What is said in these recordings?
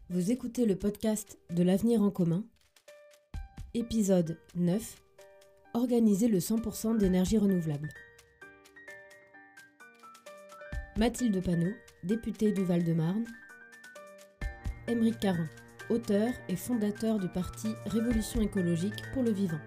Vous écoutez le podcast de l'Avenir en commun, épisode 9, organiser le 100% d'énergie renouvelable. Mathilde Panot, députée du Val-de-Marne. Aymeric Caron, auteur et fondateur du parti Révolution écologique pour le vivant.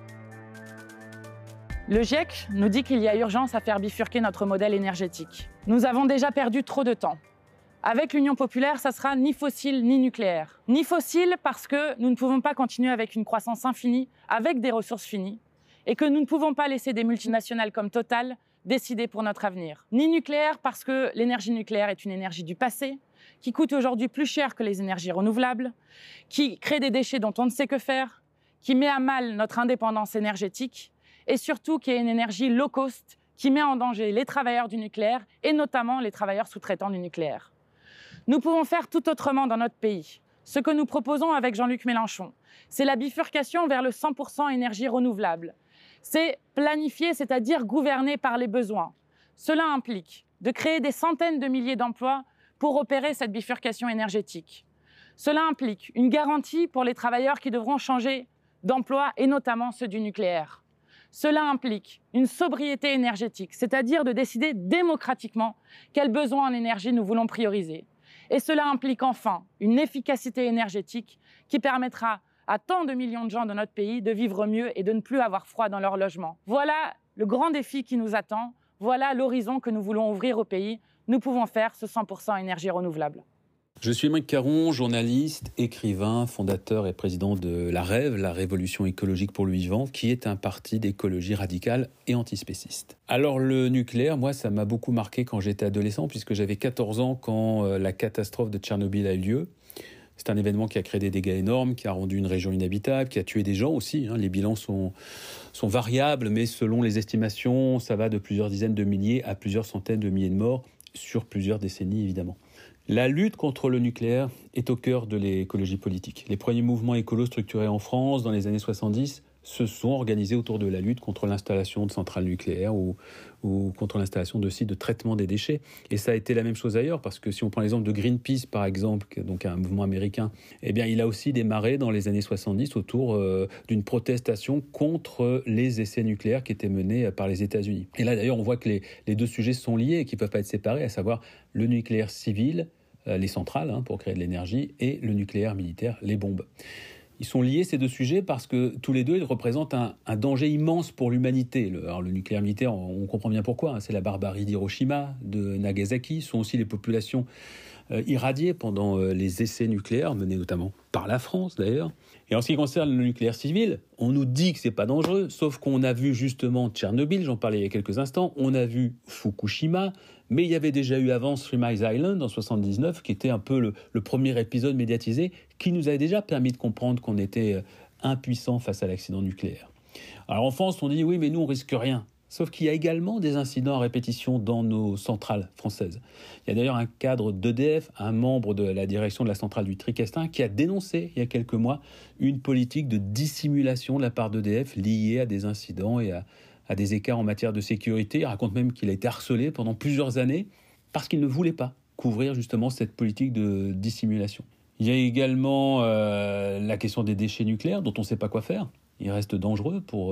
Le GIEC nous dit qu'il y a urgence à faire bifurquer notre modèle énergétique. Nous avons déjà perdu trop de temps. Avec l'Union populaire, ça sera ni fossile ni nucléaire. Ni fossile parce que nous ne pouvons pas continuer avec une croissance infinie, avec des ressources finies, et que nous ne pouvons pas laisser des multinationales comme Total décider pour notre avenir. Ni nucléaire parce que l'énergie nucléaire est une énergie du passé, qui coûte aujourd'hui plus cher que les énergies renouvelables, qui crée des déchets dont on ne sait que faire, qui met à mal notre indépendance énergétique, et surtout qui est une énergie low cost, qui met en danger les travailleurs du nucléaire, et notamment les travailleurs sous-traitants du nucléaire. Nous pouvons faire tout autrement dans notre pays. Ce que nous proposons avec Jean-Luc Mélenchon, c'est la bifurcation vers le 100% énergie renouvelable. C'est planifier, c'est-à-dire gouverner par les besoins. Cela implique de créer des centaines de milliers d'emplois pour opérer cette bifurcation énergétique. Cela implique une garantie pour les travailleurs qui devront changer d'emploi, et notamment ceux du nucléaire. Cela implique une sobriété énergétique, c'est-à-dire de décider démocratiquement quels besoins en énergie nous voulons prioriser. Et cela implique enfin une efficacité énergétique qui permettra à tant de millions de gens de notre pays de vivre mieux et de ne plus avoir froid dans leur logement. Voilà le grand défi qui nous attend, voilà l'horizon que nous voulons ouvrir au pays. Nous pouvons faire ce 100% énergie renouvelable. Je suis Aymeric Caron, journaliste, écrivain, fondateur et président de la REV, la Révolution écologique pour le vivant, qui est un parti d'écologie radicale et antispéciste. Alors le nucléaire, moi, ça m'a beaucoup marqué quand j'étais adolescent, puisque j'avais 14 ans quand la catastrophe de Tchernobyl a eu lieu. C'est un événement qui a créé des dégâts énormes, qui a rendu une région inhabitable, qui a tué des gens aussi. Les bilans sont variables, mais selon les estimations, ça va de plusieurs dizaines de milliers à plusieurs centaines de milliers de morts sur plusieurs décennies, évidemment. La lutte contre le nucléaire est au cœur de l'écologie politique. Les premiers mouvements écolos structurés en France dans les années 70 se sont organisés autour de la lutte contre l'installation de centrales nucléaires ou contre l'installation de sites de traitement des déchets. Et ça a été la même chose ailleurs, parce que si on prend l'exemple de Greenpeace, par exemple, donc un mouvement américain, eh bien, il a aussi démarré dans les années 70 autour d'une protestation contre les essais nucléaires qui étaient menés par les États-Unis. Et là, d'ailleurs, on voit que les deux sujets sont liés et qui ne peuvent pas être séparés, à savoir le nucléaire civil, les centrales pour créer de l'énergie, et le nucléaire militaire, les bombes. Ils sont liés, ces deux sujets, parce que tous les deux, ils représentent un danger immense pour l'humanité. Alors, le nucléaire militaire, on comprend bien pourquoi. C'est la barbarie d'Hiroshima, de Nagasaki. Ce sont aussi les populations irradiées pendant les essais nucléaires, menés notamment par la France, d'ailleurs. Et en ce qui concerne le nucléaire civil, on nous dit que c'est pas dangereux, sauf qu'on a vu justement Tchernobyl, j'en parlais il y a quelques instants, on a vu Fukushima, mais il y avait déjà eu avant Three Mile Island en 79, qui était un peu le premier épisode médiatisé, qui nous avait déjà permis de comprendre qu'on était impuissant face à l'accident nucléaire. Alors en France, on dit oui, mais nous on risque rien. Sauf qu'il y a également des incidents à répétition dans nos centrales françaises. Il y a d'ailleurs un cadre d'EDF, un membre de la direction de la centrale du Tricastin, qui a dénoncé il y a quelques mois une politique de dissimulation de la part d'EDF liée à des incidents et à des écarts en matière de sécurité. Il raconte même qu'il a été harcelé pendant plusieurs années parce qu'il ne voulait pas couvrir justement cette politique de dissimulation. Il y a également la question des déchets nucléaires dont on ne sait pas quoi faire. Ils restent dangereux pour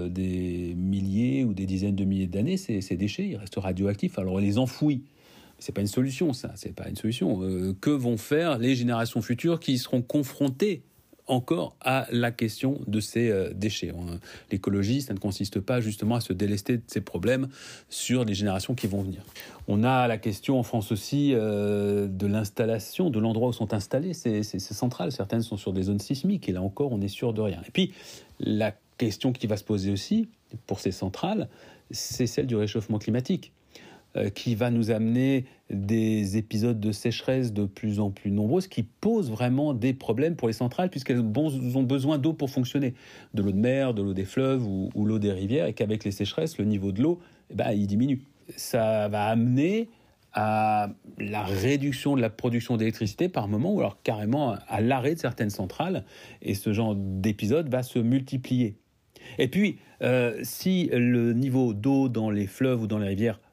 des milliers ou des dizaines de milliers d'années, ces déchets. Ils restent radioactifs. Alors on les enfouit. C'est pas une solution, ça. C'est pas une solution. Que vont faire les générations futures qui seront confrontées encore à la question de ces déchets? L'écologie, ça ne consiste pas justement à se délester de ces problèmes sur les générations qui vont venir. On a la question en France aussi de l'installation, de l'endroit où sont installées ces centrales. Certaines sont sur des zones sismiques et là encore, on n'est sûr de rien. Et puis, la question qui va se poser aussi pour ces centrales, c'est celle du réchauffement climatique, qui va nous amener des épisodes de sécheresse de plus en plus nombreuses, qui posent vraiment des problèmes pour les centrales, puisqu'elles ont besoin d'eau pour fonctionner. De l'eau de mer, de l'eau des fleuves ou l'eau des rivières, et qu'avec les sécheresses, le niveau de l'eau, il diminue. Ça va amener à la réduction de la production d'électricité par moment, ou alors carrément à l'arrêt de certaines centrales, et ce genre d'épisode va se multiplier. Et puis, si le niveau d'eau dans les fleuves ou dans les rivières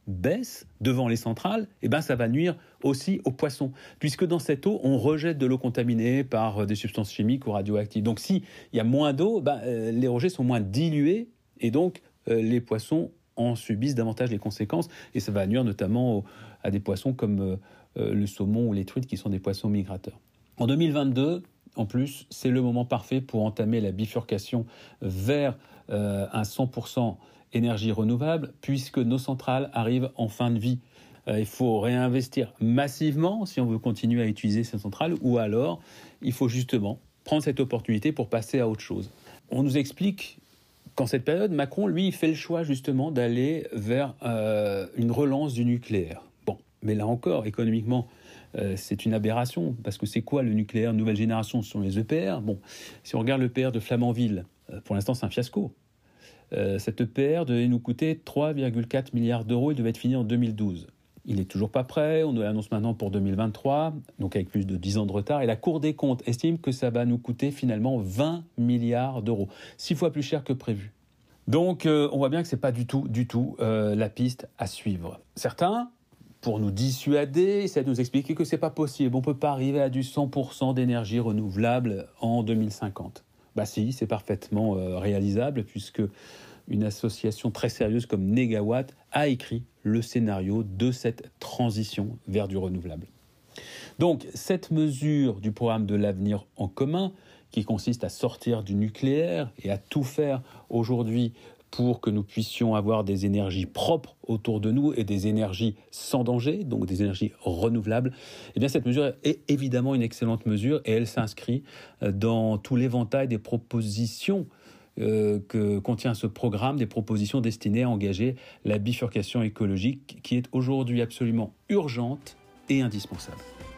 baisse devant les centrales, ça va nuire aussi aux poissons, puisque dans cette eau, on rejette de l'eau contaminée par des substances chimiques ou radioactives. Donc s'il y a moins d'eau, les rejets sont moins dilués, et donc les poissons en subissent davantage les conséquences, et ça va nuire notamment à des poissons comme le saumon ou les truites, qui sont des poissons migrateurs. En 2022, en plus, c'est le moment parfait pour entamer la bifurcation vers un 100% énergie renouvelable, puisque nos centrales arrivent en fin de vie. Il faut réinvestir massivement si on veut continuer à utiliser ces centrales, ou alors il faut justement prendre cette opportunité pour passer à autre chose. On nous explique qu'en cette période, Macron, lui, il fait le choix justement d'aller vers une relance du nucléaire. Bon, mais là encore, économiquement, c'est une aberration, parce que c'est quoi le nucléaire nouvelle génération? Ce sont les EPR. Bon, si on regarde l'EPR de Flamanville, pour l'instant, c'est un fiasco. Cet EPR devait nous coûter 3,4 milliards d'euros. Il devait être fini en 2012. Il n'est toujours pas prêt. On nous l'annonce maintenant pour 2023, donc avec plus de 10 ans de retard. Et la Cour des comptes estime que ça va nous coûter finalement 20 milliards d'euros. 6 fois plus cher que prévu. Donc, on voit bien que ce n'est pas du tout la piste à suivre. Certains, pour nous dissuader, essaient de nous expliquer que ce n'est pas possible. On ne peut pas arriver à du 100% d'énergie renouvelable en 2050. Si, c'est parfaitement réalisable, puisque une association très sérieuse comme Negawatt a écrit le scénario de cette transition vers du renouvelable. Donc, cette mesure du programme de l'avenir en commun, qui consiste à sortir du nucléaire et à tout faire aujourd'hui pour que nous puissions avoir des énergies propres autour de nous et des énergies sans danger, donc des énergies renouvelables, cette mesure est évidemment une excellente mesure, et elle s'inscrit dans tout l'éventail des propositions que contient ce programme, des propositions destinées à engager la bifurcation écologique qui est aujourd'hui absolument urgente et indispensable.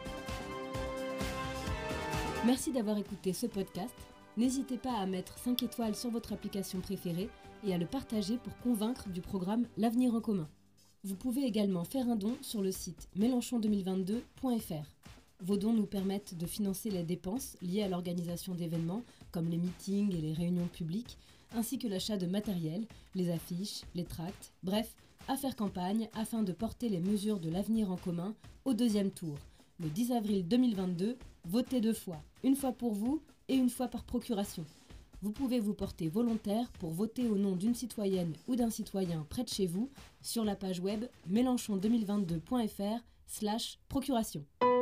Merci d'avoir écouté ce podcast. N'hésitez pas à mettre 5 étoiles sur votre application préférée et à le partager pour convaincre du programme L'Avenir en commun. Vous pouvez également faire un don sur le site mélenchon2022.fr. Vos dons nous permettent de financer les dépenses liées à l'organisation d'événements comme les meetings et les réunions publiques, ainsi que l'achat de matériel, les affiches, les tracts, bref, à faire campagne afin de porter les mesures de l'avenir en commun au deuxième tour. Le 10 avril 2022, votez 2 fois, une fois pour vous et une fois par procuration. Vous pouvez vous porter volontaire pour voter au nom d'une citoyenne ou d'un citoyen près de chez vous sur la page web mélenchon2022.fr/procuration.